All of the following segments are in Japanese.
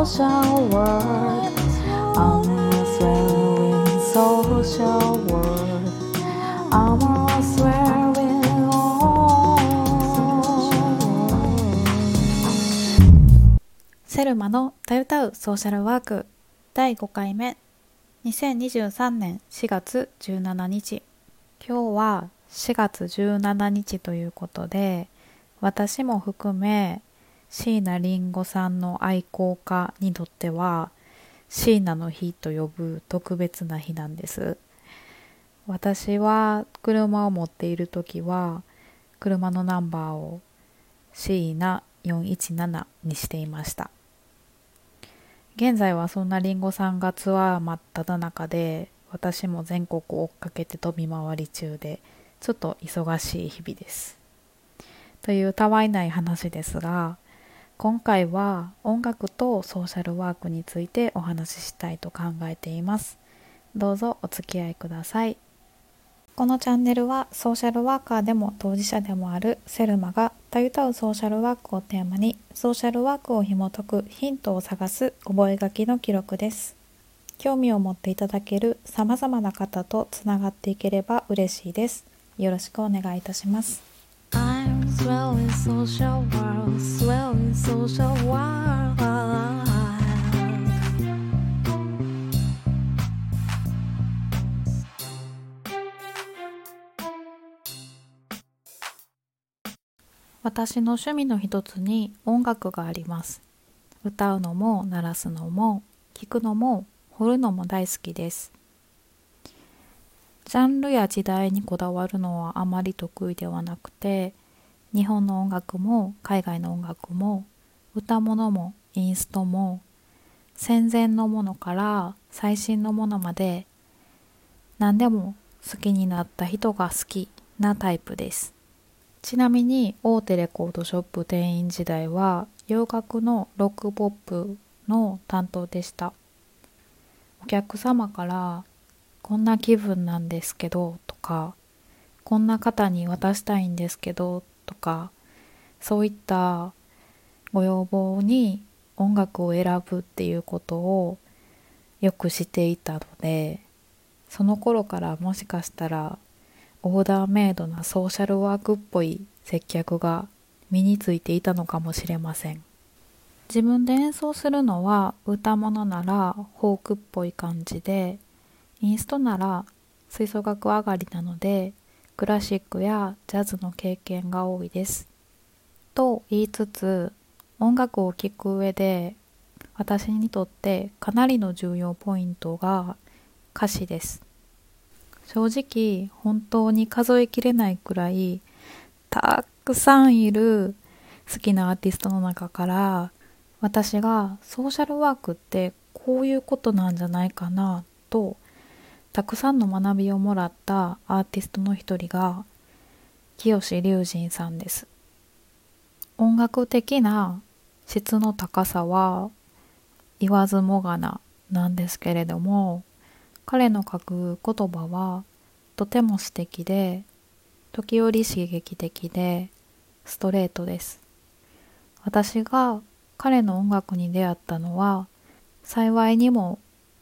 social world. I'm swearing social world. I'm swearing on. セルマのたゆたうソーシャルワーク第5回目2023年4月17日。今日は4月17日ということで、私も含め椎名林檎さんの愛好家にとっては椎名の日と呼ぶ特別な日なんです。私は車を持っているときは車のナンバーを椎名417にしていました。現在はそんなりんごさんがツアー真っ只中で、私も全国を追っかけて飛び回り中で、ちょっと忙しい日々です。というたわいない話ですが、今回は音楽とソーシャルワークについてお話ししたいと考えています。どうぞお付き合いください。このチャンネルはソーシャルワーカーでも当事者でもあるセルマがたゆたうソーシャルワークをテーマにソーシャルワークを紐解くヒントを探す覚書の記録です。興味を持っていただける様々な方とつながっていければ嬉しいです。よろしくお願いいたします。 I'm swelling social world, swelling social world. 私の趣味の一つに音楽があります。歌うのも鳴らすのも聴くのも彫るのも大好きです。ジャンルや時代にこだわるのはあまり得意ではなくて、日本の音楽も海外の音楽も歌物もインストも戦前のものから最新のものまで何でも好きになった人が好きなタイプです。ちなみに大手レコードショップ店員時代は洋楽のロックポップの担当でした。お客様からこんな気分なんですけどとか、こんな方に渡したいんですけどとか、そういったご要望に音楽を選ぶっていうことをよくしていたので、その頃からもしかしたらオーダーメイドなソーシャルワークっぽい接客が身についていたのかもしれません。自分で演奏するのは歌物ならフォークっぽい感じで、インストなら吹奏楽上がりなのでクラシックやジャズの経験が多いです。と言いつつ、音楽を聴く上で私にとってかなりの重要ポイントが歌詞です。正直本当に数えきれないくらいたくさんいる好きなアーティストの中から、私がソーシャルワークってこういうことなんじゃないかなとたくさんの学びをもらったアーティストの一人が清志隆人さんです。音楽的な質の高さは言わずもがななんですけれども、彼の書く言葉はとても素敵で、時折刺激的でストレートです。私が彼の音楽に出会ったのは幸いにも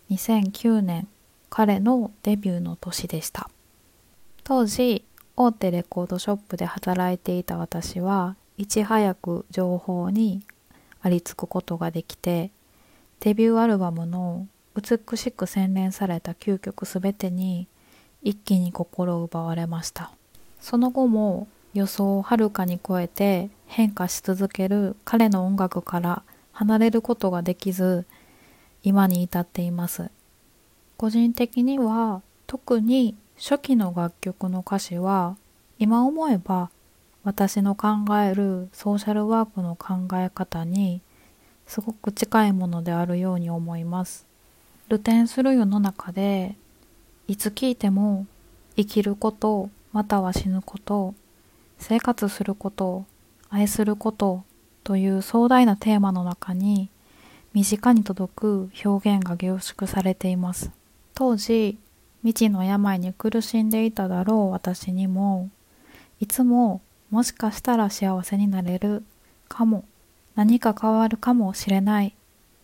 2009年、彼のデビューの年でした。当時大手レコードショップで働いていた私はいち早く情報にありつくことができて、デビューアルバムの美しく洗練された9曲すべてに一気に心を奪われました。その後も予想をはるかに超えて変化し続ける彼の音楽から離れることができず、今に至っています。個人的には特に初期の楽曲の歌詞は今思えば私の考えるソーシャルワークの考え方にすごく近いものであるように思います。流転する世の中でいつ聴いても生きることまたは死ぬこと、生活すること、愛することという壮大なテーマの中に身近に届く表現が凝縮されています。当時未知の病に苦しんでいただろう私にも、いつももしかしたら幸せになれるかも、何か変わるかもしれない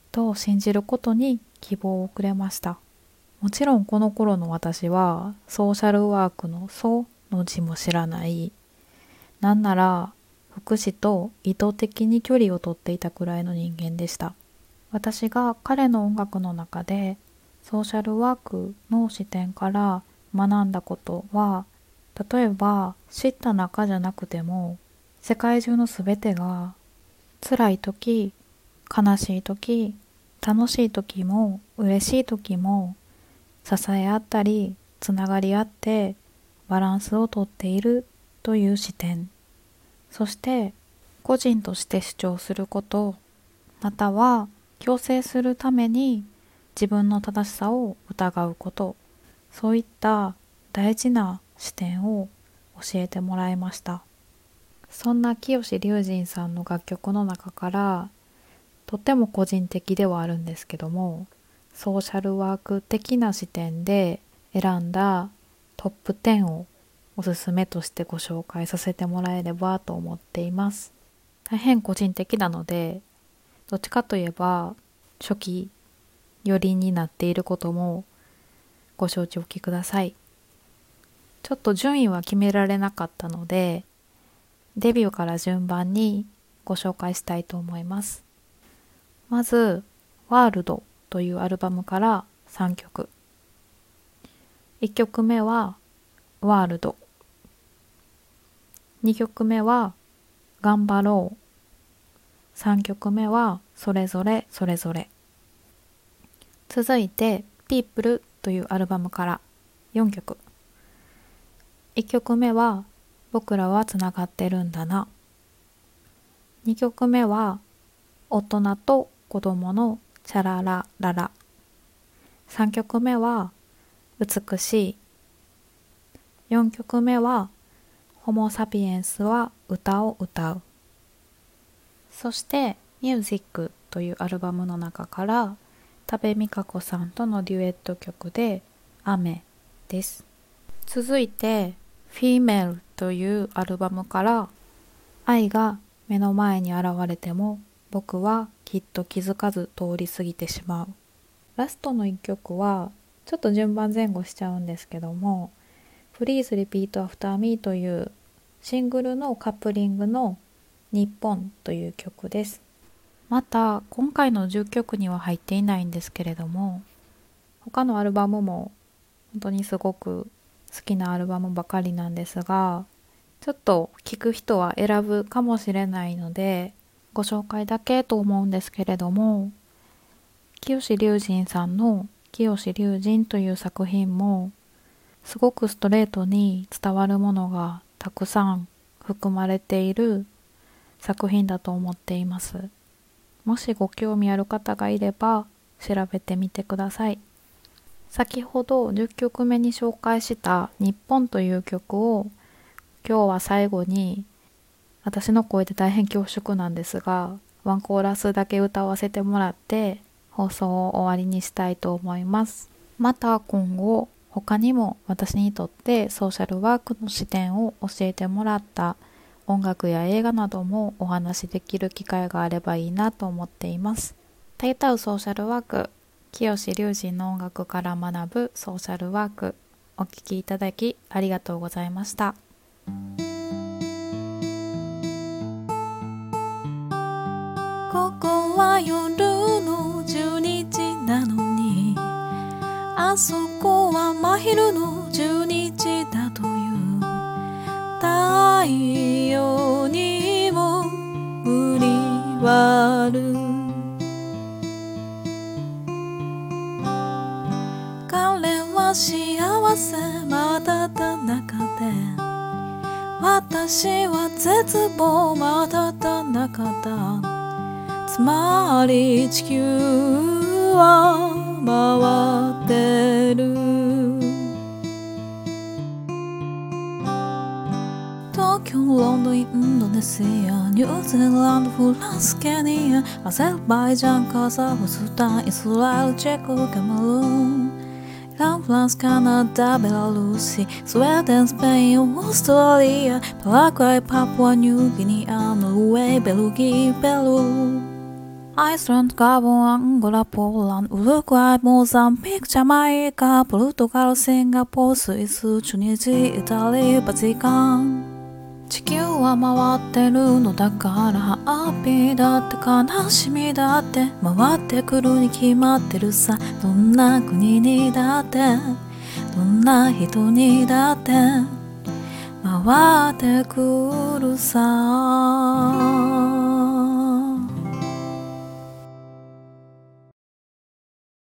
と信じることに希望をくれました。もちろんこの頃の私はソーシャルワークのソの字も知らない、なんなら福祉と意図的に距離を取っていたくらいの人間でした。私が彼の音楽の中でソーシャルワークの視点から学んだことは、例えば知った仲じゃなくても世界中のすべてが辛い時、悲しい時、楽しい時も嬉しい時も支え合ったりつながり合ってバランスをとっているという視点、そして個人として主張すること、または強制するために自分の正しさを疑うこと、そういった大事な視点を教えてもらいました。そんな清志隆人さんの楽曲の中からとても個人的ではあるんですけども、ソーシャルワーク的な視点で選んだトップ10をおすすめとしてご紹介させてもらえればと思っています。大変個人的なので、どっちかといえば初期寄りになっていることもご承知おきください。ちょっと順位は決められなかったので、デビューから順番にご紹介したいと思います。まず、ワールドというアルバムから3曲。1曲目はワールド。2曲目は頑張ろう。3曲目はそれぞれそれぞれ。続いて、ピープルというアルバムから4曲。1曲目は僕らはつながってるんだな。2曲目は大人と子供のチャララララ。3曲目は美しい。4曲目はホモサピエンスは歌を歌う。そしてミュージックというアルバムの中から多部未華子さんとのデュエット曲で雨です。続いてフィメールというアルバムから愛が目の前に現れても僕はきっと気づかず通り過ぎてしまう。ラストの一曲はちょっと順番前後しちゃうんですけども、Please Repeat After Me というシングルのカップリングの日本という曲です。また今回の10曲には入っていないんですけれども、他のアルバムも本当にすごく好きなアルバムばかりなんですが、ちょっと聴く人は選ぶかもしれないのでご紹介だけと思うんですけれども、清志隆人さんの清志隆人という作品もすごくストレートに伝わるものがたくさん含まれている作品だと思っています。もしご興味ある方がいれば調べてみてください。先ほど10曲目に紹介した日本という曲を今日は最後に、私の声で大変恐縮なんですがワンコーラスだけ歌わせてもらって放送を終わりにしたいと思います。また今後他にも私にとってソーシャルワークの視点を教えてもらった音楽や映画などもお話しできる機会があればいいなと思っています。たゆたうソーシャルワーク、清志隆人の音楽から学ぶソーシャルワーク、お聴きいただきありがとうございました。 ここは夜の12時なのに、あそこは真昼の12時だという。太陽にも無理はある。彼は幸せまだだ中で、私は絶望まだだ中だ。つまり地球は回ってる。東京、ロンドン、インドネシア、ニュージーランド、フランス、ケニア、アゼルバイジャン、カザフスタン、イスラエル、チェコ、カメルーン、イラン、フランス、カナダ、ベラルーシ、スウェーデン、スペイン、オーストラリア、パラグアイ、パプアニューギニア、ノルウェー、ベルギー、ペルー、 アイスランド、ガボン、アンゴラ、ポーランド、ウルグアイ、モーザンビーク、ジャマイカ、ポルトガル、シンガポール、スイス、チュニジー、イタリア、バチカン。地球は回ってるのだからハッピーだって悲しみだって回ってくるに決まってるさ。どんな国にだってどんな人にだって回ってくるさ。